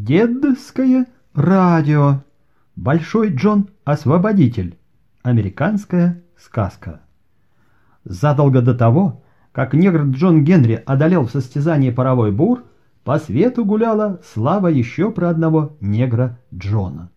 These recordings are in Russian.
Дедовское радио. Большой Джон Освободитель. Американская сказка. Задолго до того, как негр Джон Генри одолел в состязании паровой бур, по свету гуляла слава еще про одного негра Джона.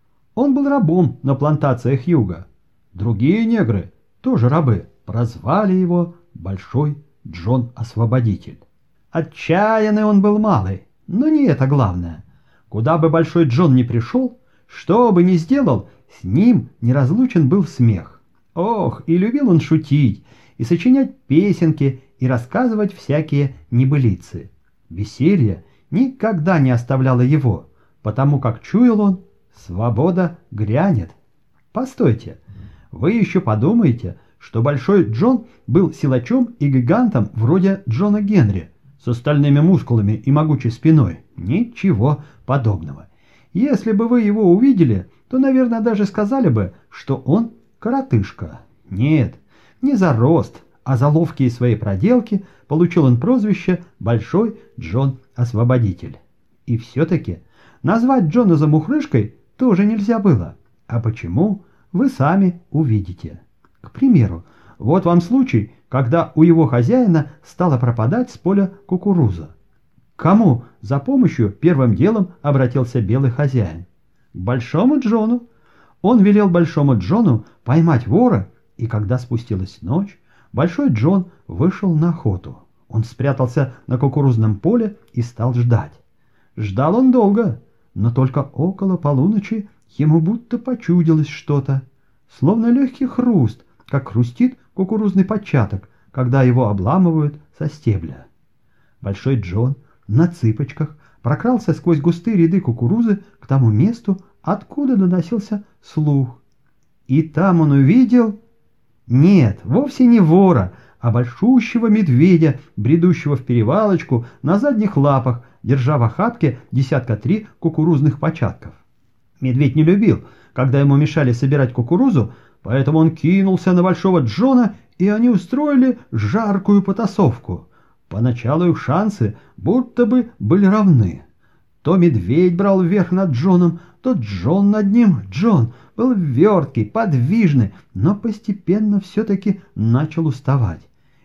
Он был рабом на плантациях юга. Другие негры, тоже рабы, прозвали его Большой Джон Освободитель. Отчаянный он был малый, но не это главное. Куда бы Большой Джон ни пришел, что бы ни сделал, с ним неразлучен был смех. Ох, и любил он шутить, и сочинять песенки, и рассказывать всякие небылицы. Веселье никогда не оставляло его, потому как чуял он, свобода грянет. Постойте, вы еще подумаете, что Большой Джон был силачом и гигантом вроде Джона Генри, с остальными мускулами и могучей спиной. Ничего подобного. Если бы вы его увидели, то, наверное, даже сказали бы, что он коротышка. Нет, не за рост, а за ловкие свои проделки получил он прозвище Большой Джон Освободитель. И все-таки назвать Джона замухрышкой тоже нельзя было. А почему, вы сами увидите. К примеру, вот вам случай, когда у его хозяина стала пропадать с поля кукуруза. К кому за помощью первым делом обратился белый хозяин? К Большому Джону. Он велел Большому Джону поймать вора, и когда спустилась ночь, Большой Джон вышел на охоту. Он спрятался на кукурузном поле и стал ждать. Ждал он долго, но только около полуночи ему будто почудилось что-то, словно легкий хруст, как хрустит кукурузный початок, когда его обламывают со стебля. Большой Джон на цыпочках прокрался сквозь густые ряды кукурузы к тому месту, откуда доносился слух. И там он увидел... Нет, вовсе не вора, а большущего медведя, бредущего в перевалочку на задних лапах, держа в охапке 3 кукурузных початков. Медведь не любил, когда ему мешали собирать кукурузу, поэтому он кинулся на Большого Джона, и они устроили жаркую потасовку. Поначалу их шансы будто бы были равны. То медведь брал верх над Джоном, то Джон над ним. Джон был верткий, подвижный, но постепенно все-таки начал уставать.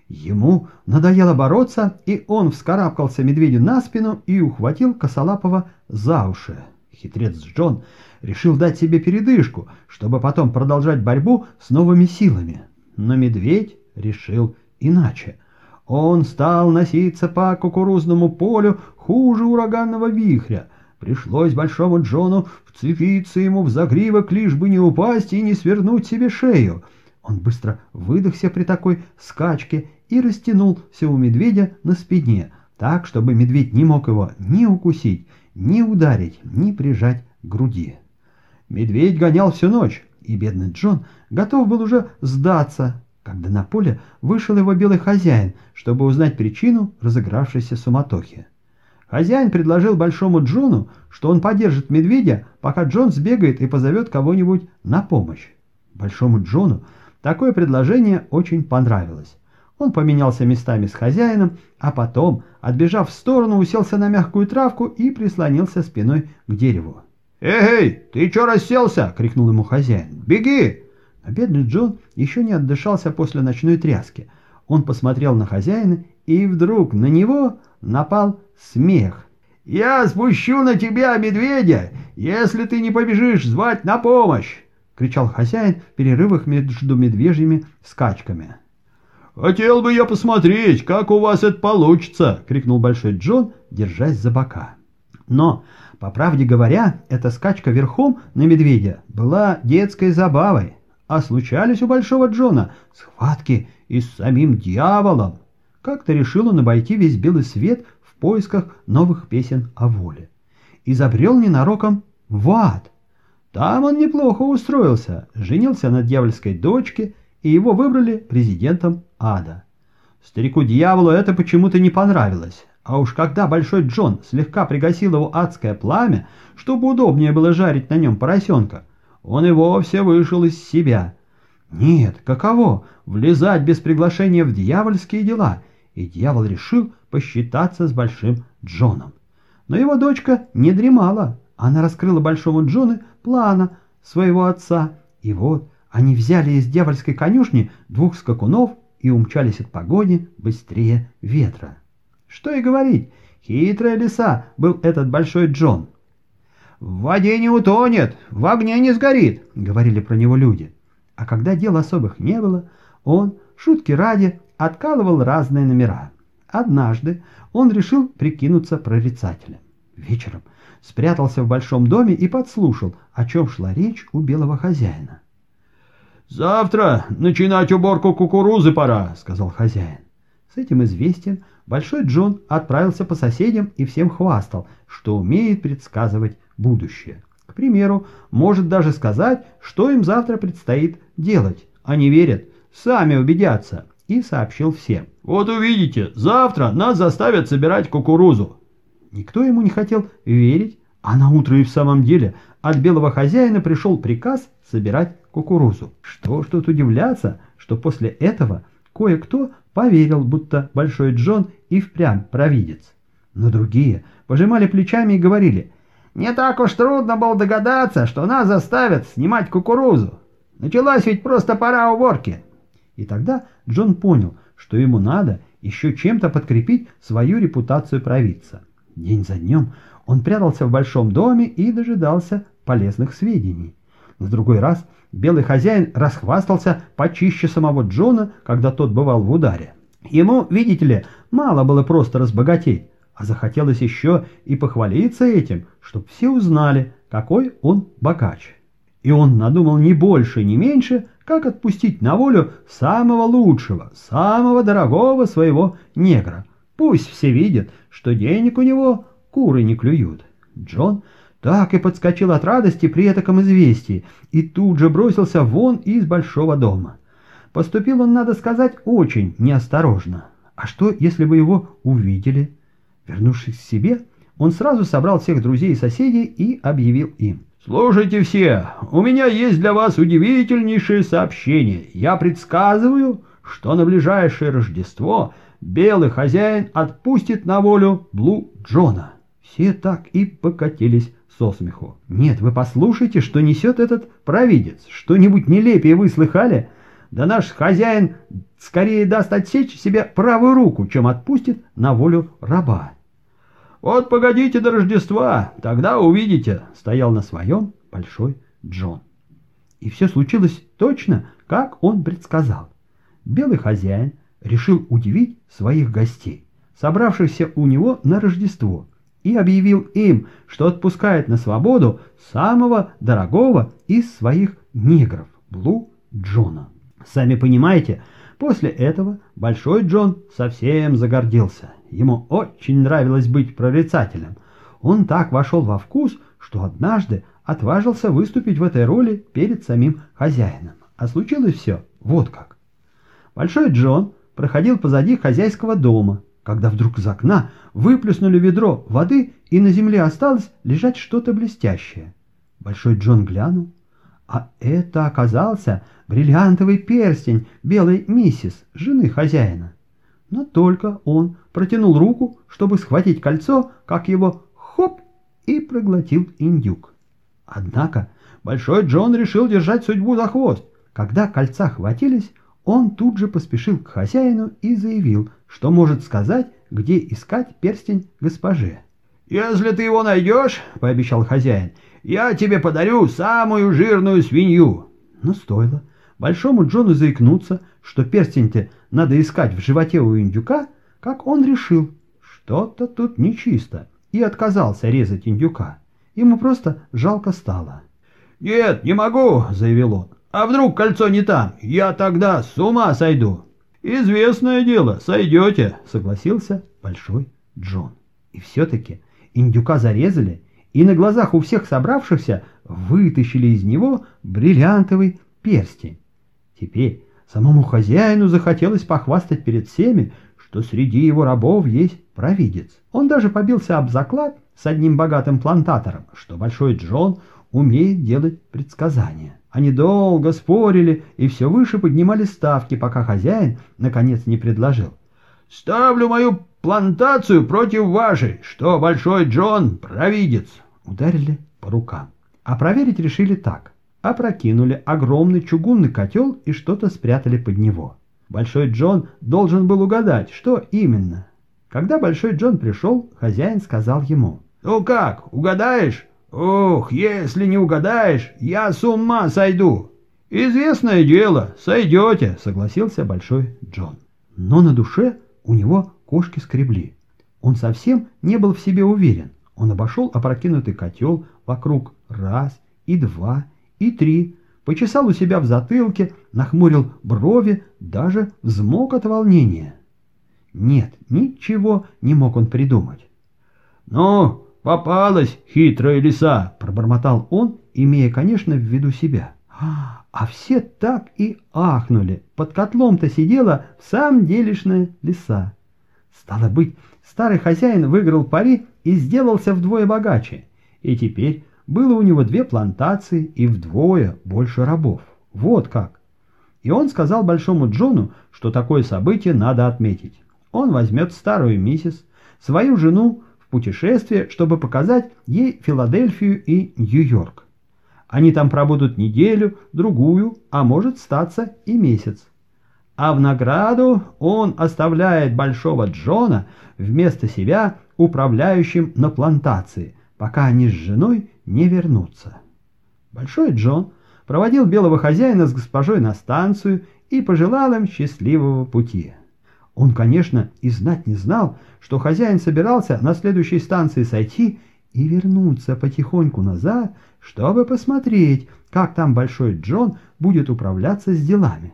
Ему надоело бороться, и он вскарабкался медведю на спину и ухватил косолапого за уши. Хитрец Джон решил дать себе передышку, чтобы потом продолжать борьбу с новыми силами. Но медведь решил иначе. Он стал носиться по кукурузному полю хуже ураганного вихря. Пришлось Большому Джону вцепиться ему в загривок, лишь бы не упасть и не свернуть себе шею. Он быстро выдохся при такой скачке и растянулся у медведя на спине, так, чтобы медведь не мог его ни укусить, ни ударить, ни прижать к груди. Медведь гонял всю ночь, и бедный Джон готов был уже сдаться, когда на поле вышел его белый хозяин, чтобы узнать причину разыгравшейся суматохи. Хозяин предложил Большому Джону, что он подержит медведя, пока Джон сбегает и позовет кого-нибудь на помощь. Большому Джону такое предложение очень понравилось. Он поменялся местами с хозяином, а потом, отбежав в сторону, уселся на мягкую травку и прислонился спиной к дереву. «Эй, ты чё расселся?» — крикнул ему хозяин. «Беги!» Но бедный Джон еще не отдышался после ночной тряски. Он посмотрел на хозяина, и вдруг на него напал смех. «Я спущу на тебя медведя, если ты не побежишь звать на помощь!» — кричал хозяин в перерывах между медвежьими скачками. «Хотел бы я посмотреть, как у вас это получится!» — крикнул Большой Джон, держась за бока. Но, по правде говоря, эта скачка верхом на медведя была детской забавой, а случались у Большого Джона схватки и с самим дьяволом. Как-то решил он обойти весь белый свет в поисках новых песен о воле. И забрел ненароком в ад. Там он неплохо устроился, женился на дьявольской дочке, и его выбрали президентом ада. Старику-дьяволу это почему-то не понравилось. А уж когда Большой Джон слегка пригасил его адское пламя, чтобы удобнее было жарить на нем поросенка, он и вовсе вышел из себя. Нет, каково влезать без приглашения в дьявольские дела, и дьявол решил посчитаться с Большим Джоном. Но его дочка не дремала. Она раскрыла большому Джону плана своего отца. И вот они взяли из дьявольской конюшни 2 скакунов и умчались от погони быстрее ветра. Что и говорить, хитрая лиса был этот большой Джон. «В воде не утонет, в огне не сгорит», — говорили про него люди. А когда дел особых не было, он, шутки ради, откалывал разные номера. Однажды он решил прикинуться прорицателем. Вечером спрятался в большом доме и подслушал, о чем шла речь у белого хозяина. «Завтра начинать уборку кукурузы пора», — сказал хозяин. С этим известием большой Джон отправился по соседям и всем хвастал, что умеет предсказывать будущее. К примеру, может даже сказать, что им завтра предстоит делать. Они верят, сами убедятся, и сообщил всем. «Вот увидите, завтра нас заставят собирать кукурузу». Никто ему не хотел верить, а наутро и в самом деле от белого хозяина пришел приказ собирать кукурузу. Что ж тут удивляться, что после этого кое-кто поверил, будто большой Джон и впрямь провидец. Но другие пожимали плечами и говорили: «Не так уж трудно было догадаться, что нас заставят снимать кукурузу. Началась ведь просто пора уборки». И тогда Джон понял, что ему надо еще чем-то подкрепить свою репутацию провидца. День за днем он прятался в большом доме и дожидался полезных сведений. В другой раз белый хозяин расхвастался почище самого Джона, когда тот бывал в ударе. Ему, видите ли, мало было просто разбогатеть, а захотелось еще и похвалиться этим, чтоб все узнали, какой он богач. И он надумал не больше, не меньше, как отпустить на волю самого лучшего, самого дорогого своего негра. Пусть все видят, что денег у него куры не клюют. Джон так и подскочил от радости при этаком известии и тут же бросился вон из большого дома. Поступил он, надо сказать, очень неосторожно. А что, если бы его увидели? Вернувшись к себе, он сразу собрал всех друзей и соседей и объявил им: «Слушайте все, у меня есть для вас удивительнейшее сообщение. Я предсказываю, что на ближайшее Рождество белый хозяин отпустит на волю Блу Джона». Все так и покатились со смеху. «Нет, вы послушайте, что несет этот провидец. Что-нибудь нелепее вы слыхали? Да наш хозяин скорее даст отсечь себе правую руку, чем отпустит на волю раба». «Вот погодите до Рождества, тогда увидите», — стоял на своем большой Джон. И все случилось точно, как он предсказал. Белый хозяин решил удивить своих гостей, собравшихся у него на Рождество, и объявил им, что отпускает на свободу самого дорогого из своих негров, Блу Джона. Сами понимаете, после этого большой Джон совсем загордился. Ему очень нравилось быть прорицателем. Он так вошел во вкус, что однажды отважился выступить в этой роли перед самим хозяином. А случилось все вот как. Большой Джон проходил позади хозяйского дома, когда вдруг из окна выплеснули ведро воды, и на земле осталось лежать что-то блестящее. Большой Джон глянул, а это оказался бриллиантовый перстень белой миссис, жены хозяина. Но только он протянул руку, чтобы схватить кольцо, как его хоп и проглотил индюк. Однако большой Джон решил держать судьбу за хвост. Когда кольца хватились, он тут же поспешил к хозяину и заявил, что может сказать, где искать перстень госпоже. «Если ты его найдешь, — пообещал хозяин, — я тебе подарю самую жирную свинью». Но стоило большому Джону заикнуться, что перстень-то надо искать в животе у индюка, как он решил, что-то тут нечисто, и отказался резать индюка. Ему просто жалко стало. «Нет, не могу, — заявил он. А вдруг кольцо не там? Я тогда с ума сойду». «Известное дело, сойдете, — согласился большой Джон. И все-таки индюка зарезали, и на глазах у всех собравшихся вытащили из него бриллиантовый перстень. Теперь самому хозяину захотелось похвастать перед всеми, что среди его рабов есть провидец. Он даже побился об заклад с одним богатым плантатором, что большой Джон умеет делать предсказания. Они долго спорили и все выше поднимали ставки, пока хозяин наконец не предложил: ставлю мою плантацию против вашей, что Большой Джон провидец. Ударили по рукам. А проверить решили так. Опрокинули огромный чугунный котел и что-то спрятали под него. Большой Джон должен был угадать, что именно. Когда Большой Джон пришел, хозяин сказал ему: «Ну как, угадаешь? Ох, если не угадаешь, я с ума сойду!» «Известное дело, сойдете», — согласился Большой Джон. Но на душе у него кошки скребли. Он совсем не был в себе уверен. Он обошел опрокинутый котел вокруг раз, и два, и три, почесал у себя в затылке, нахмурил брови, даже взмок от волнения. Нет, ничего не мог он придумать. «Ну, попалась хитрая лиса», — пробормотал он, имея, конечно, в виду себя. А все так и ахнули. Под котлом-то сидела в самом делешная лиса. Стало быть, старый хозяин выиграл пари и сделался вдвое богаче. И теперь было у него 2 плантации и вдвое больше рабов. Вот как. И он сказал Большому Джону, что такое событие надо отметить. Он возьмет старую миссис, свою жену, в путешествие, чтобы показать ей Филадельфию и Нью-Йорк. Они там пробудут неделю, другую, а может статься и месяц. А в награду он оставляет Большого Джона вместо себя управляющим на плантации, пока они с женой не вернутся. Большой Джон проводил белого хозяина с госпожой на станцию и пожелал им счастливого пути. Он, конечно, и знать не знал, что хозяин собирался на следующей станции сойти и вернуться потихоньку назад, чтобы посмотреть, как там Большой Джон будет управляться с делами.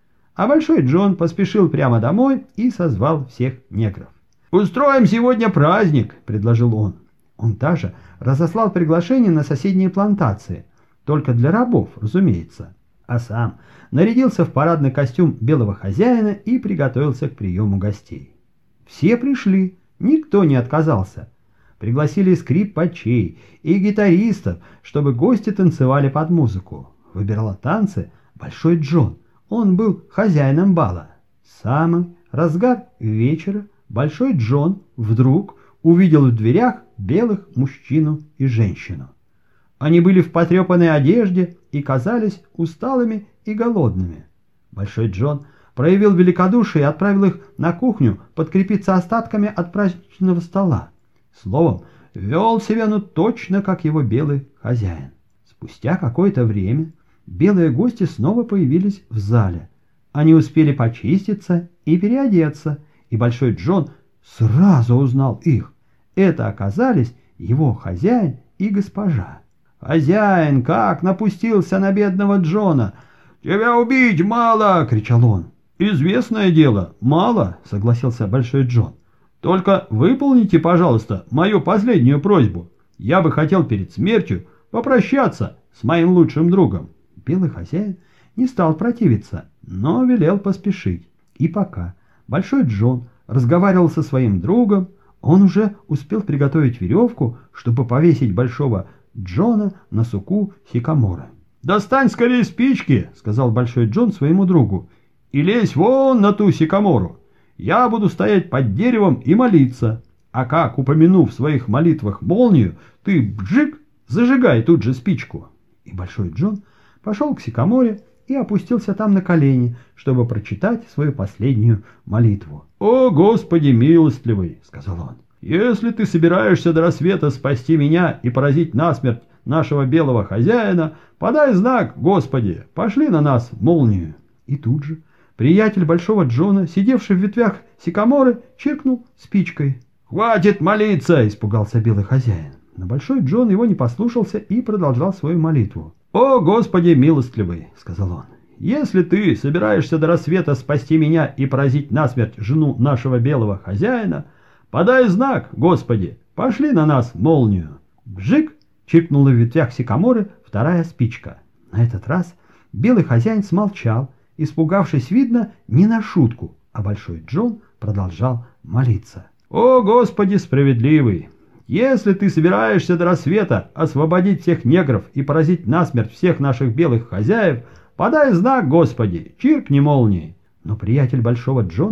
А Большой Джон поспешил прямо домой и созвал всех негров. «Устроим сегодня праздник», — предложил он. Он даже разослал приглашение на соседние плантации, только для рабов, разумеется, а сам нарядился в парадный костюм белого хозяина и приготовился к приему гостей. Все пришли, никто не отказался. Пригласили скрипачей и гитаристов, чтобы гости танцевали под музыку. Выбирал танцы Большой Джон, он был хозяином бала. В самый разгар вечера Большой Джон вдруг увидел в дверях белых мужчину и женщину. Они были в потрепанной одежде и казались усталыми и голодными. Большой Джон проявил великодушие и отправил их на кухню подкрепиться остатками от праздничного стола. Словом, вел себя точно как его белый хозяин. Спустя какое-то время белые гости снова появились в зале. Они успели почиститься и переодеться, и Большой Джон сразу узнал их. Это оказались его хозяин и госпожа. Хозяин как напустился на бедного Джона. «Тебя убить мало!» — кричал он. «Известное дело, мало!» — согласился Большой Джон. «Только выполните, пожалуйста, мою последнюю просьбу. Я бы хотел перед смертью попрощаться с моим лучшим другом». Белый хозяин не стал противиться, но велел поспешить. И пока Большой Джон разговаривал со своим другом, он уже успел приготовить веревку, чтобы повесить Большого Джона на суку сикамора. «Достань скорее спички», — сказал Большой Джон своему другу, — «и лезь вон на ту сикамору. Я буду стоять под деревом и молиться, а как упомяну в своих молитвах молнию, ты бжик, зажигай тут же спичку». И Большой Джон пошел к сикаморе и опустился там на колени, чтобы прочитать свою последнюю молитву. «О, Господи милостливый», — сказал он, — «если ты собираешься до рассвета спасти меня и поразить насмерть нашего белого хозяина, подай знак, Господи, пошли на нас молнию». И тут же приятель Большого Джона, сидевший в ветвях сикаморы, чиркнул спичкой. «Хватит молиться!» — испугался белый хозяин. Но Большой Джон его не послушался и продолжал свою молитву. «О, Господи милостливый!» — сказал он. «Если ты собираешься до рассвета спасти меня и поразить насмерть жену нашего белого хозяина, подай знак, Господи, пошли на нас молнию». Бжик! Чиркнула в ветвях сикаморы вторая спичка. На этот раз белый хозяин смолчал, испугавшись, видно, не на шутку, а Большой Джон продолжал молиться. «О, Господи справедливый! Если ты собираешься до рассвета освободить всех негров и поразить насмерть всех наших белых хозяев, подай знак, Господи, чиркни молнией». Но приятель Большого Джона,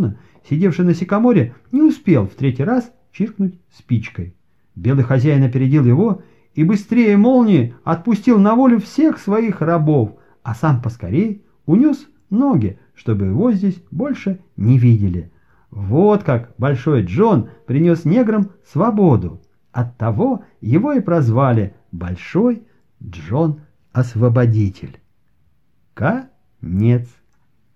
сидевший на сикаморе, не успел в третий раз чиркнуть спичкой. Белый хозяин опередил его и быстрее молнии отпустил на волю всех своих рабов, а сам поскорей унес ноги, чтобы его здесь больше не видели. Вот как Большой Джон принес неграм свободу. Оттого его и прозвали Большой Джон Освободитель. Конец.